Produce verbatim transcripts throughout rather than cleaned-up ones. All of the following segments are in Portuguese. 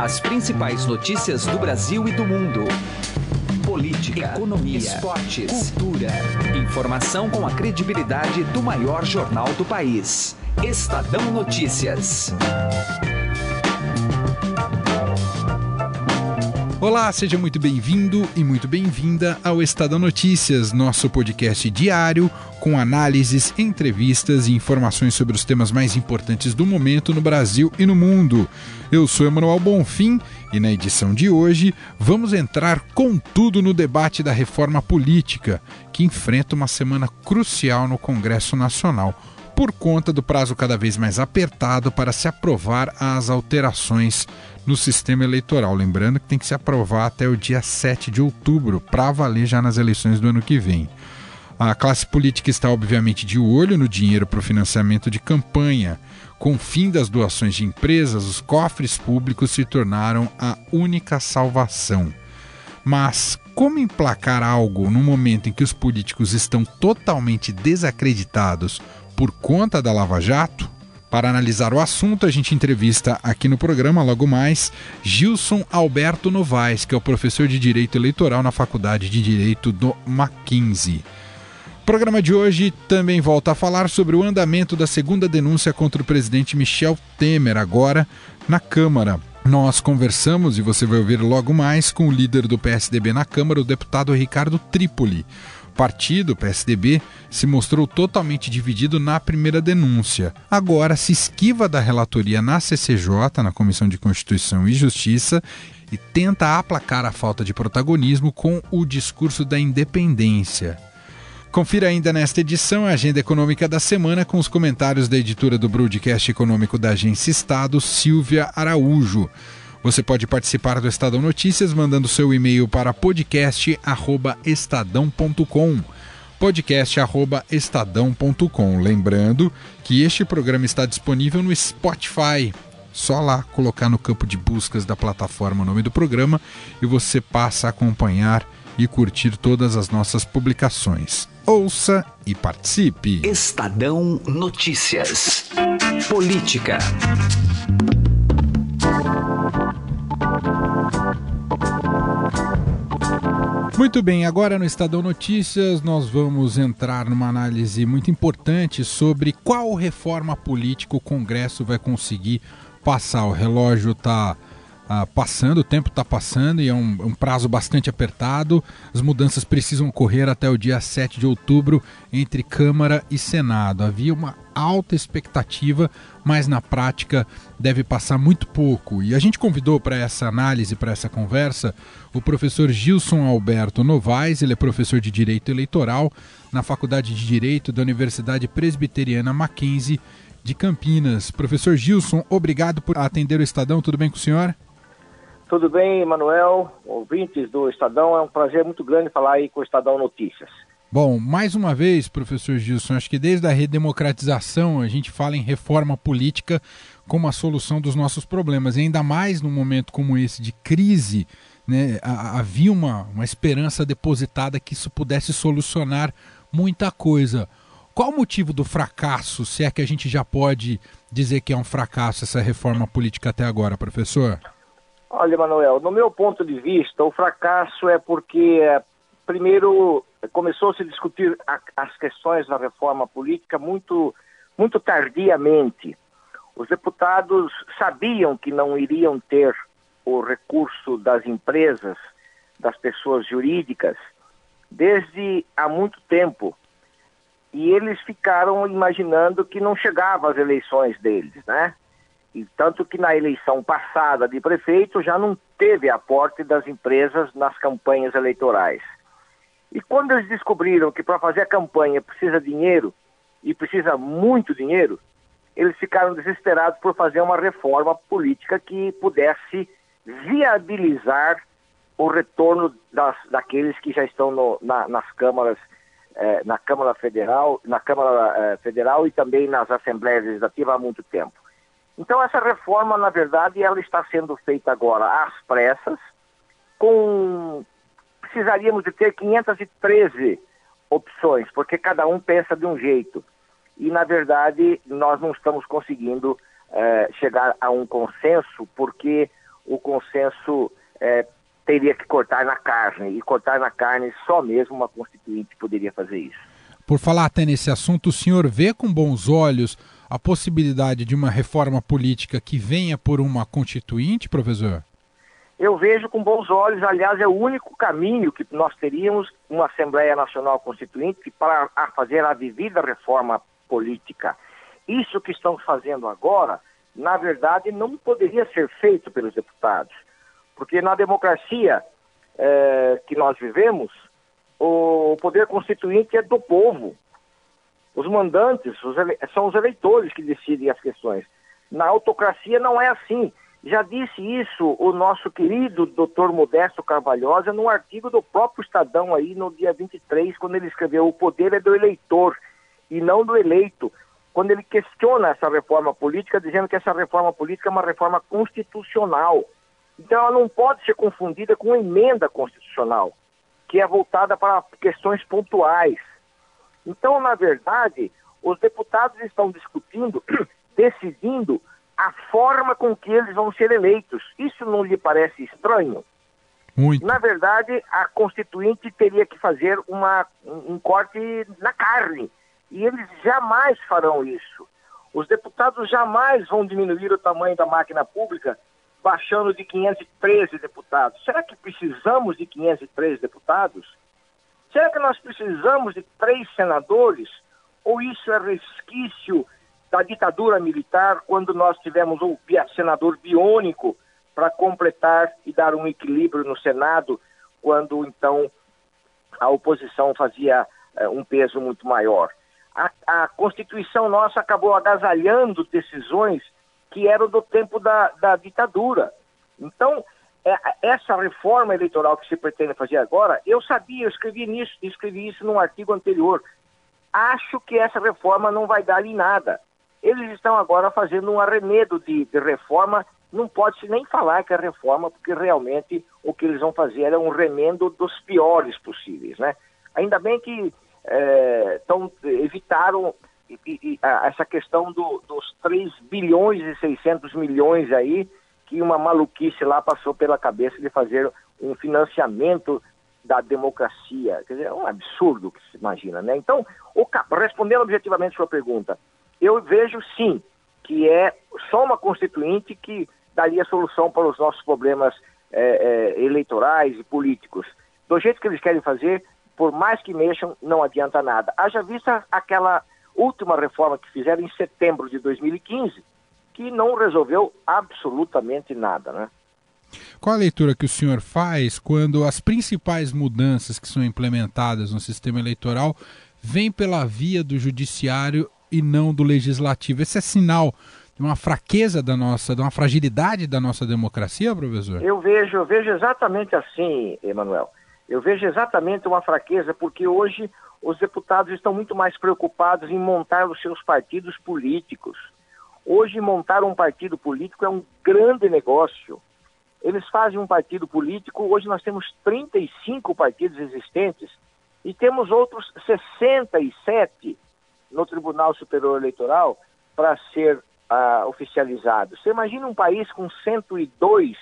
As principais notícias do Brasil e do mundo. Política, economia, esportes, cultura. Informação com a credibilidade do maior jornal do país. Estadão Notícias. Olá, seja muito bem-vindo e muito bem-vinda ao Estadão Notícias, nosso podcast diário com análises, entrevistas e informações sobre os temas mais importantes do momento no Brasil e no mundo. Eu sou Emanuel Bonfim e na edição de hoje vamos entrar com tudo no debate da reforma política, que enfrenta uma semana crucial no Congresso Nacional, por conta do prazo cada vez mais apertado para se aprovar as alterações no sistema eleitoral. Lembrando que tem que se aprovar até o dia sete de outubro, para valer já nas eleições do ano que vem. A classe política está obviamente de olho no dinheiro para o financiamento de campanha. Com o fim das doações de empresas, os cofres públicos se tornaram a única salvação. Mas como emplacar algo no momento em que os políticos estão totalmente desacreditados por conta da Lava Jato? Para analisar o assunto, a gente entrevista aqui no programa, logo mais, Gilson Alberto Novaes, que é o professor de Direito Eleitoral na Faculdade de Direito do Mackenzie. O programa de hoje também volta a falar sobre o andamento da segunda denúncia contra o presidente Michel Temer, agora na Câmara. Nós conversamos, e você vai ouvir logo mais, com o líder do P S D B na Câmara, o deputado Ricardo Trípoli. O partido, P S D B, se mostrou totalmente dividido na primeira denúncia. Agora se esquiva da relatoria na C C J, na Comissão de Constituição e Justiça, e tenta aplacar a falta de protagonismo com o discurso da independência. Confira ainda nesta edição a agenda econômica da semana com os comentários da editora do broadcast econômico da Agência Estado, Silvia Araújo. Você pode participar do Estadão Notícias mandando seu e-mail para podcast arroba estadão ponto com. podcast arroba estadão ponto com. Lembrando que este programa está disponível no Spotify. Só lá colocar no campo de buscas da plataforma o nome do programa e você passa a acompanhar e curtir todas as nossas publicações. Ouça e participe. Estadão Notícias. Política. Muito bem, agora no Estadão Notícias nós vamos entrar numa análise muito importante sobre qual reforma política o Congresso vai conseguir passar. O relógio está ah, passando, o tempo está passando e é um, um prazo bastante apertado. As mudanças precisam ocorrer até o dia sete de outubro entre Câmara e Senado. Havia uma alta expectativa, mas na prática deve passar muito pouco. E a gente convidou para essa análise, para essa conversa, o professor Gilson Alberto Novaes. Ele é professor de Direito Eleitoral na Faculdade de Direito da Universidade Presbiteriana Mackenzie de Campinas. Professor Gilson, obrigado por atender o Estadão. Tudo bem com o senhor? Tudo bem, Emanuel, ouvintes do Estadão. É um prazer muito grande falar aí com o Estadão Notícias. Bom, mais uma vez, professor Gilson, acho que desde a redemocratização a gente fala em reforma política como a solução dos nossos problemas. E ainda mais num momento como esse de crise, né, havia uma, uma esperança depositada que isso pudesse solucionar muita coisa. Qual o motivo do fracasso, se é que a gente já pode dizer que é um fracasso essa reforma política até agora, professor? Olha, Manuel, no meu ponto de vista, o fracasso é porque, primeiro, começou a se discutir a, as questões da reforma política muito, muito tardiamente. Os deputados sabiam que não iriam ter o recurso das empresas, das pessoas jurídicas, desde há muito tempo. E eles ficaram imaginando que não chegava às eleições deles, né? E tanto que na eleição passada de prefeito já não teve aporte das empresas nas campanhas eleitorais. E quando eles descobriram que para fazer a campanha precisa dinheiro, e precisa muito dinheiro, eles ficaram desesperados por fazer uma reforma política que pudesse viabilizar o retorno das, daqueles que já estão no, na, nas câmaras, eh, na Câmara Federal, na Câmara eh, Federal e também nas Assembleias Legislativas há muito tempo. Então essa reforma, na verdade, ela está sendo feita agora às pressas, com... precisaríamos de ter quinhentas e treze opções, porque cada um pensa de um jeito. E, na verdade, nós não estamos conseguindo eh, chegar a um consenso, porque o, consenso é, teria que cortar na carne, e cortar na carne só mesmo uma constituinte poderia fazer isso. Por falar até nesse assunto, o senhor vê com bons olhos a possibilidade de uma reforma política que venha por uma constituinte, professor? Eu vejo com bons olhos, aliás, é o único caminho que nós teríamos, uma Assembleia Nacional Constituinte para a fazer a devida reforma política. Isso que estamos fazendo agora, na verdade, não poderia ser feito pelos deputados, porque na democracia é, que nós vivemos, o poder constituinte é do povo. Os mandantes os ele... são os eleitores que decidem as questões. Na autocracia não é assim. Já disse isso o nosso querido doutor Modesto Carvalhosa no artigo do próprio Estadão aí no dia vinte e três, quando ele escreveu: o poder é do eleitor e não do eleito, quando ele questiona essa reforma política, dizendo que essa reforma política é uma reforma constitucional. Então ela não pode ser confundida com uma emenda constitucional, que é voltada para questões pontuais. Então, na verdade, os deputados estão discutindo, decidindo a forma com que eles vão ser eleitos. Isso não lhe parece estranho? Muito. Na verdade, a Constituinte teria que fazer uma, um, um corte na carne. E eles jamais farão isso. Os deputados jamais vão diminuir o tamanho da máquina pública baixando de quinhentos e treze deputados. Será que precisamos de quinhentos e treze deputados? Será que nós precisamos de três senadores? Ou isso é resquício da ditadura militar, quando nós tivemos o senador biônico para completar e dar um equilíbrio no Senado, quando então a oposição fazia uh, um peso muito maior. A, a Constituição nossa acabou agasalhando decisões que eram do tempo da, da ditadura. Então, é, essa reforma eleitoral que se pretende fazer agora, eu sabia, eu escrevi nisso, escrevi isso num artigo anterior. Acho que essa reforma não vai dar em nada. Eles estão agora fazendo um arremedo de, de reforma, não pode-se nem falar que é reforma, porque realmente o que eles vão fazer é um remendo dos piores possíveis, né? Ainda bem que é, tão, evitaram e, e, a, essa questão do, dos três bilhões e seiscentos milhões aí, que uma maluquice lá passou pela cabeça de fazer um financiamento da democracia. Quer dizer, é um absurdo que se imagina, né? Então, o, respondendo objetivamente a sua pergunta, eu vejo sim que é só uma constituinte que daria solução para os nossos problemas é, é, eleitorais e políticos. Do jeito que eles querem fazer, por mais que mexam, não adianta nada. Haja vista aquela última reforma que fizeram em setembro de dois mil e quinze, que não resolveu absolutamente nada, né? Qual a leitura que o senhor faz quando as principais mudanças que são implementadas no sistema eleitoral vêm pela via do judiciário e não do legislativo? Esse é sinal de uma fraqueza da nossa, de uma fragilidade da nossa democracia, professor? Eu vejo, eu vejo exatamente assim, Emanuel. Eu vejo exatamente uma fraqueza, porque hoje os deputados estão muito mais preocupados em montar os seus partidos políticos. Hoje, montar um partido político é um grande negócio. Eles fazem um partido político, hoje nós temos trinta e cinco partidos existentes e temos outros sessenta e sete no Tribunal Superior Eleitoral para ser uh, oficializado. Você imagina um país com cento e dois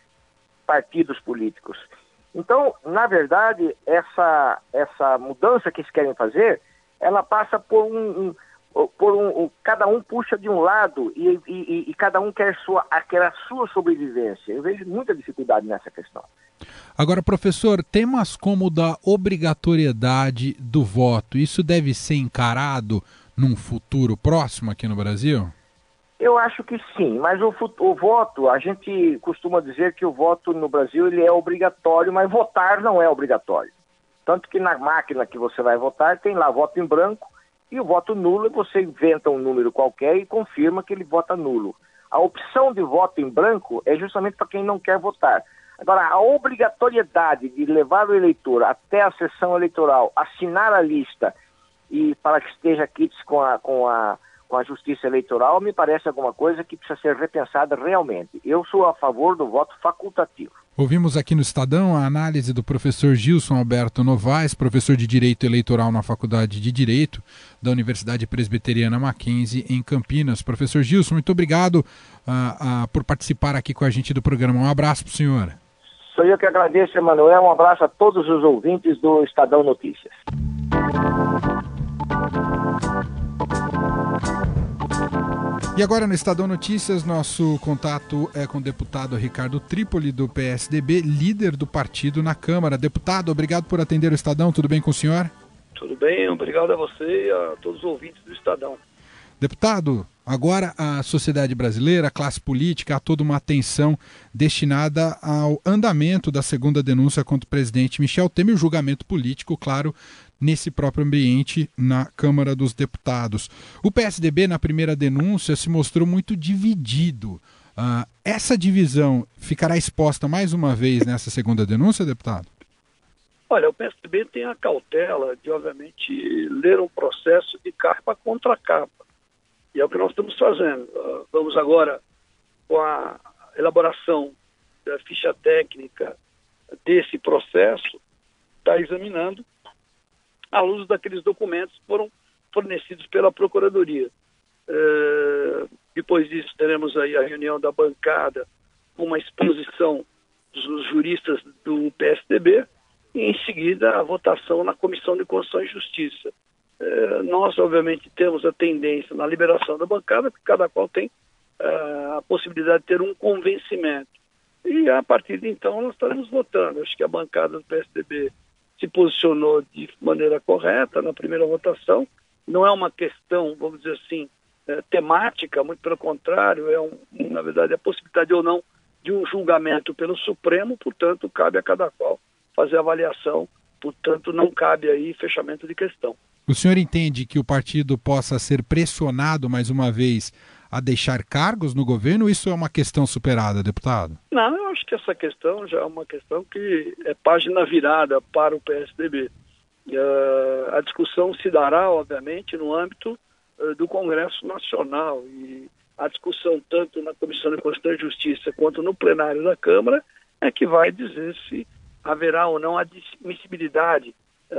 partidos políticos. Então, na verdade, essa, essa mudança que eles querem fazer, ela passa por um... um por um, um cada um puxa de um lado e, e, e cada um quer, sua, quer a sua sobrevivência. Eu vejo muita dificuldade nessa questão. Agora, professor, temas como o da obrigatoriedade do voto, isso deve ser encarado num futuro próximo aqui no Brasil? Eu acho que sim, mas o, o voto, a gente costuma dizer que o voto no Brasil ele é obrigatório, mas votar não é obrigatório. Tanto que na máquina que você vai votar tem lá voto em branco e o voto nulo, você inventa um número qualquer e confirma que ele vota nulo. A opção de voto em branco é justamente para quem não quer votar. Agora, a obrigatoriedade de levar o eleitor até a sessão eleitoral, assinar a lista e para que esteja quites com a, com a, com a justiça eleitoral, me parece alguma coisa que precisa ser repensada realmente. Eu sou a favor do voto facultativo. Ouvimos aqui no Estadão a análise do professor Gilson Alberto Novaes, professor de Direito Eleitoral na Faculdade de Direito da Universidade Presbiteriana Mackenzie, em Campinas. Professor Gilson, muito obrigado uh, uh, por participar aqui com a gente do programa. Um abraço para o senhor. Sou eu que agradeço, Emanuel. Um abraço a todos os ouvintes do Estadão Notícias. E agora no Estadão Notícias, nosso contato é com o deputado Ricardo Trípoli, do P S D B, líder do partido na Câmara. Deputado, obrigado por atender o Estadão. Tudo bem com o senhor? Tudo bem, obrigado a você e a todos os ouvintes do Estadão. Deputado, agora a sociedade brasileira, a classe política, há toda uma atenção destinada ao andamento da segunda denúncia contra o presidente Michel Temer, o julgamento político, claro, nesse próprio ambiente na Câmara dos Deputados. O P S D B, na primeira denúncia, se mostrou muito dividido. Uh, essa divisão ficará exposta mais uma vez nessa segunda denúncia, deputado? Olha, o P S D B tem a cautela de, obviamente, ler um processo de capa contra capa. E é o que nós estamos fazendo. Uh, vamos agora, com a elaboração da ficha técnica desse processo, estar examinando à luz daqueles documentos que foram fornecidos pela Procuradoria. Uh, depois disso, teremos aí a reunião da bancada com uma exposição dos juristas do P S D B e, em seguida, a votação na Comissão de Constituição e Justiça. Uh, nós, obviamente, temos a tendência na liberação da bancada, porque cada qual tem uh, a possibilidade de ter um convencimento. E, a partir de então, nós estaremos votando. Acho que a bancada do P S D B se posicionou de maneira correta na primeira votação. Não é uma questão, vamos dizer assim, é, temática, muito pelo contrário, é, um, na verdade, a possibilidade ou não de um julgamento pelo Supremo, portanto, cabe a cada qual fazer a avaliação, portanto, não cabe aí fechamento de questão. O senhor entende que o partido possa ser pressionado, mais uma vez, a deixar cargos no governo, ou isso é uma questão superada, deputado? Não, eu acho que essa questão já é uma questão que é página virada para o P S D B. Uh, a discussão se dará, obviamente, no âmbito uh, do Congresso Nacional, e a discussão tanto na Comissão de Constituição e Justiça quanto no plenário da Câmara é que vai dizer se haverá ou não a admissibilidade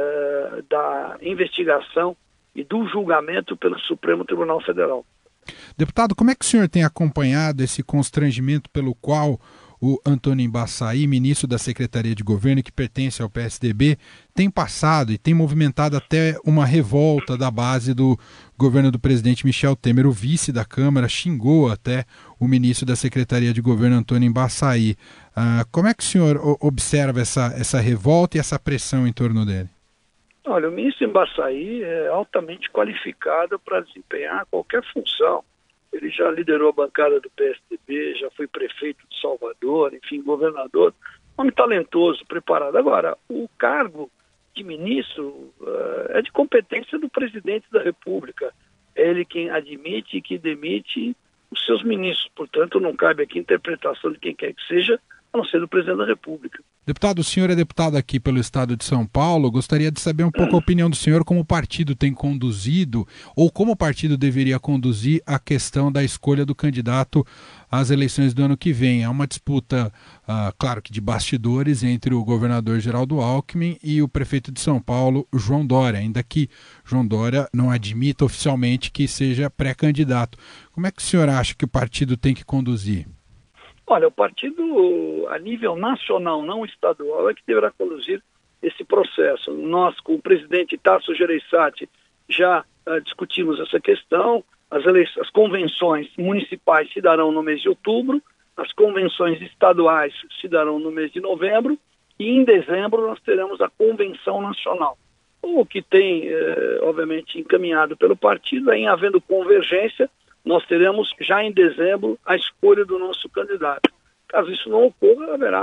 uh, da investigação e do julgamento pelo Supremo Tribunal Federal. Deputado, como é que o senhor tem acompanhado esse constrangimento pelo qual o Antônio Embaçaí, ministro da Secretaria de Governo, que pertence ao P S D B, tem passado e tem movimentado até uma revolta da base do governo do presidente Michel Temer? O vice da Câmara xingou até o ministro da Secretaria de Governo, Antônio Embaçaí. Ah, como é que o senhor observa essa, essa revolta e essa pressão em torno dele? Olha, o ministro Embaçaí é altamente qualificado para desempenhar qualquer função. Ele já liderou a bancada do P S D B, já foi prefeito de Salvador, enfim, governador. Homem talentoso, preparado. Agora, o cargo de ministro uh, é de competência do presidente da República. É ele quem admite e que demite os seus ministros. Portanto, não cabe aqui interpretação de quem quer que seja, a não ser do presidente da República. Deputado, o senhor é deputado aqui pelo estado de São Paulo. Gostaria de saber um pouco a opinião do senhor, como o partido tem conduzido, ou como o partido deveria conduzir a questão da escolha do candidato às eleições do ano que vem. Há uma disputa, uh, claro que de bastidores, entre o governador Geraldo Alckmin e o prefeito de São Paulo, João Dória, ainda que João Dória não admita oficialmente que seja pré-candidato. Como é que o senhor acha que o partido tem que conduzir? Olha, o partido, a nível nacional, não estadual, é que deverá conduzir esse processo. Nós, com o presidente Tasso Gereissati, já uh, discutimos essa questão. As, eleições, as convenções municipais se darão no mês de outubro, as convenções estaduais se darão no mês de novembro, e em dezembro nós teremos a convenção nacional. O que tem, eh, obviamente, encaminhado pelo partido é, em havendo convergência, nós teremos já em dezembro a escolha do nosso candidato. Caso isso não ocorra, haverá,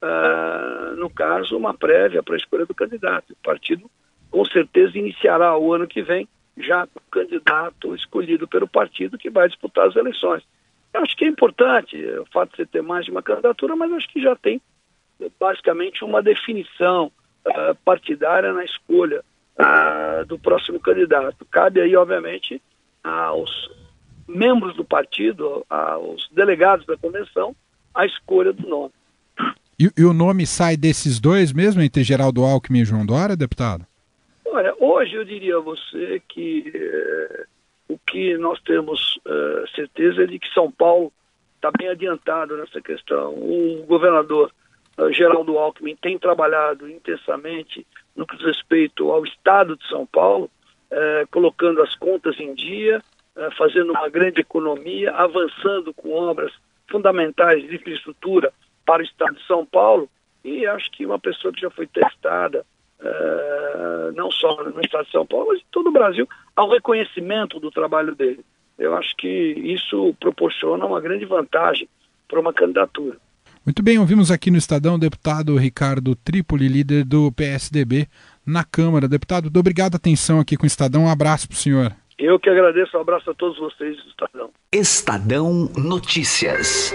uh, no caso, uma prévia para a escolha do candidato. O partido, com certeza, iniciará o ano que vem já com o candidato escolhido pelo partido que vai disputar as eleições. Eu acho que é importante o fato de você ter mais de uma candidatura, mas acho que já tem, basicamente, uma definição uh, partidária na escolha uh, do próximo candidato. Cabe aí, obviamente, aos membros do partido, aos delegados da convenção, a escolha do nome. E, e o nome sai desses dois mesmo, entre Geraldo Alckmin e João Dória, deputado? Olha, hoje eu diria a você que eh, o que nós temos eh, certeza é de que São Paulo está bem adiantado nessa questão. O governador eh, Geraldo Alckmin tem trabalhado intensamente no que diz respeito ao estado de São Paulo, eh, colocando as contas em dia, eh, fazendo uma grande economia, avançando com obras fundamentais de infraestrutura para o estado de São Paulo, e acho que uma pessoa que já foi testada, uh, não só no estado de São Paulo, mas em todo o Brasil, ao reconhecimento do trabalho dele. Eu acho que isso proporciona uma grande vantagem para uma candidatura. Muito bem, ouvimos aqui no Estadão o deputado Ricardo Trípoli, líder do P S D B na Câmara. Deputado, muito obrigado a atenção aqui com o Estadão. Um abraço para o senhor. Eu que agradeço, um abraço a todos vocês do Estadão. Estadão Notícias.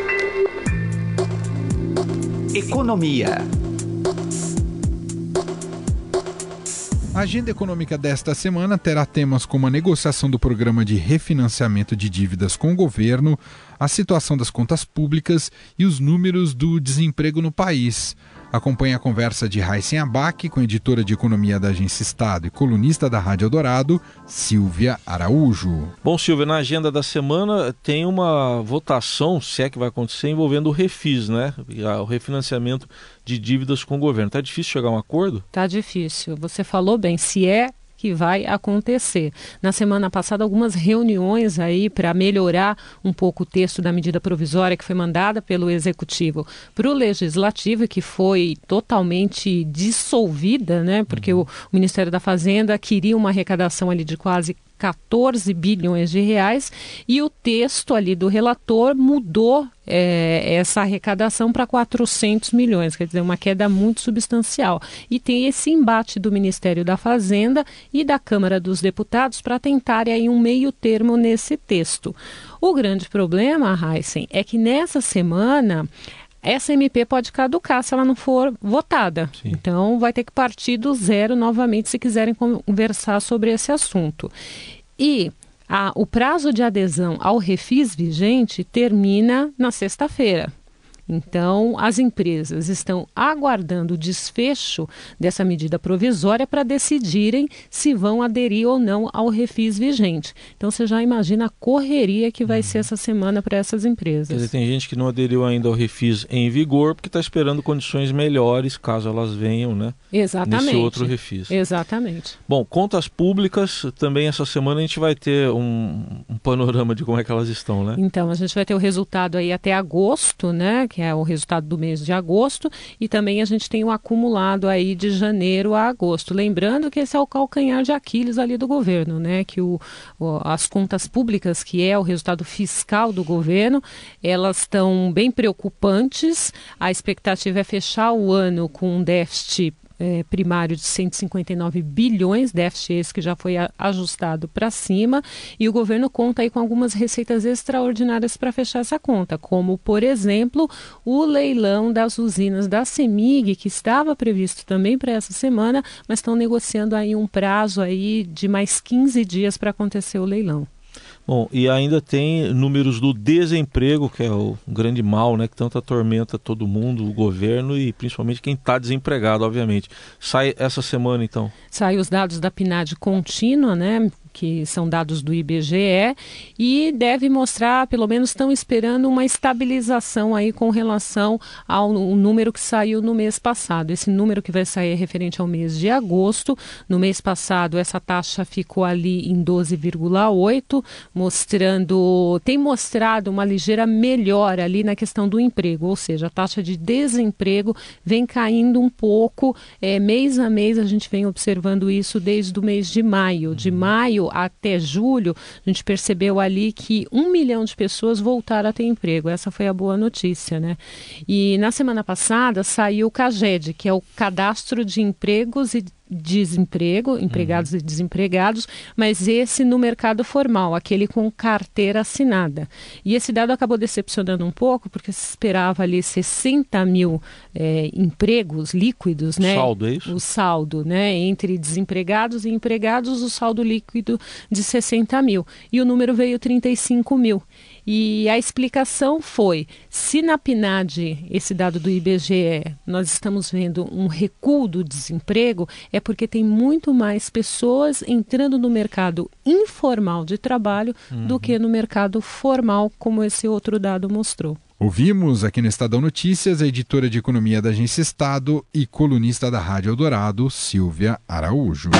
Economia. A agenda econômica desta semana terá temas como a negociação do programa de refinanciamento de dívidas com o governo, a situação das contas públicas e os números do desemprego no país. Acompanhe a conversa de Raíssen Abac com a editora de economia da Agência Estado e colunista da Rádio Eldorado, Silvia Araújo. Bom, Silvia, na agenda da semana tem uma votação, se é que vai acontecer, envolvendo o Refis, né? O refinanciamento de dívidas com o governo. Tá difícil chegar a um acordo? Tá difícil. Você falou bem, se é que vai acontecer. Na semana passada, algumas reuniões aí para melhorar um pouco o texto da medida provisória que foi mandada pelo Executivo para o Legislativo e que foi totalmente dissolvida, né? Porque o, o Ministério da Fazenda queria uma arrecadação ali de quase quatorze bilhões de reais e o texto ali do relator mudou é, essa arrecadação para quatrocentos milhões, quer dizer, uma queda muito substancial. E tem esse embate do Ministério da Fazenda e da Câmara dos Deputados para tentarem aí um meio termo nesse texto. O grande problema, Raíssen, é que nessa semana essa M P pode caducar se ela não for votada. Sim. Então vai ter que partir do zero novamente se quiserem conversar sobre esse assunto. E a, o prazo de adesão ao Refis vigente termina na sexta-feira. Então, as empresas estão aguardando o desfecho dessa medida provisória para decidirem se vão aderir ou não ao Refis vigente. Então, você já imagina a correria que vai ser essa semana para essas empresas. Quer dizer, tem gente que não aderiu ainda ao Refis em vigor porque está esperando condições melhores, caso elas venham, né? Exatamente. Nesse outro Refis. Exatamente. Bom, contas públicas, também essa semana a gente vai ter um, um panorama de como é que elas estão, né? Então, a gente vai ter o resultado aí até agosto, né? Que é o resultado do mês de agosto, e também a gente tem um acumulado aí de janeiro a agosto. Lembrando que esse é o calcanhar de Aquiles ali do governo, né? Que o, o, as contas públicas, que é o resultado fiscal do governo, elas estão bem preocupantes. A expectativa é fechar o ano com um déficit É, primário de cento e cinquenta e nove bilhões, déficit esse que já foi a, ajustado para cima, e o governo conta aí com algumas receitas extraordinárias para fechar essa conta, como, por exemplo, o leilão das usinas da CEMIG, que estava previsto também para essa semana, mas estão negociando aí um prazo aí de mais quinze dias para acontecer o leilão. Bom, e ainda tem números do desemprego, que é o grande mal, né, que tanto atormenta todo mundo, o governo e principalmente quem está desempregado, obviamente. Sai essa semana, então? Sai os dados da PNAD contínua, né, que são dados do I B G E, e deve mostrar, pelo menos estão esperando uma estabilização aí com relação ao número que saiu no mês passado. Esse número que vai sair é referente ao mês de agosto. No mês passado, essa taxa ficou ali em doze vírgula oito, mostrando, tem mostrado uma ligeira melhora ali na questão do emprego, ou seja, a taxa de desemprego vem caindo um pouco, é, mês a mês a gente vem observando isso desde o mês de maio. De maio até julho, a gente percebeu ali que um milhão de pessoas voltaram a ter emprego. Essa foi a boa notícia, né? E na semana passada saiu o CAGED, que é o Cadastro de Empregos e Desemprego, empregados uhum. e desempregados, mas esse no mercado formal, aquele com carteira assinada. E esse dado acabou decepcionando um pouco, porque se esperava ali sessenta mil é, empregos líquidos, né? O saldo, é isso? O saldo, né? Entre desempregados e empregados, o saldo líquido de sessenta mil. E o número veio trinta e cinco mil. E a explicação foi, se na P N A D, esse dado do I B G E, nós estamos vendo um recuo do desemprego, é porque tem muito mais pessoas entrando no mercado informal de trabalho uhum. do que no mercado formal, como esse outro dado mostrou. Ouvimos aqui no Estadão Notícias a editora de economia da Agência Estado e colunista da Rádio Eldorado, Silvia Araújo.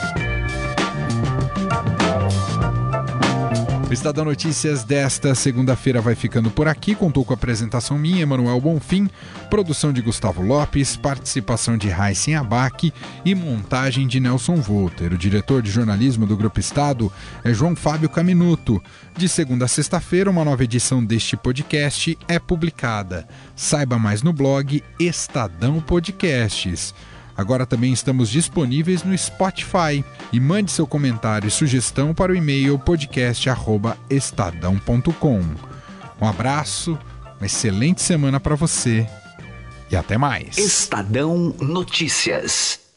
O Estadão Notícias desta segunda-feira vai ficando por aqui. Contou com a apresentação minha, Emanuel Bonfim, produção de Gustavo Lopes, participação de Raíssen Abac e montagem de Nelson Volter. O diretor de jornalismo do Grupo Estado é João Fábio Caminuto. De segunda a sexta-feira, uma nova edição deste podcast é publicada. Saiba mais no blog Estadão Podcasts. Agora também estamos disponíveis no Spotify. E mande seu comentário e sugestão para o e-mail podcast arroba estadão ponto com. Um abraço, uma excelente semana para você e até mais. Estadão Notícias.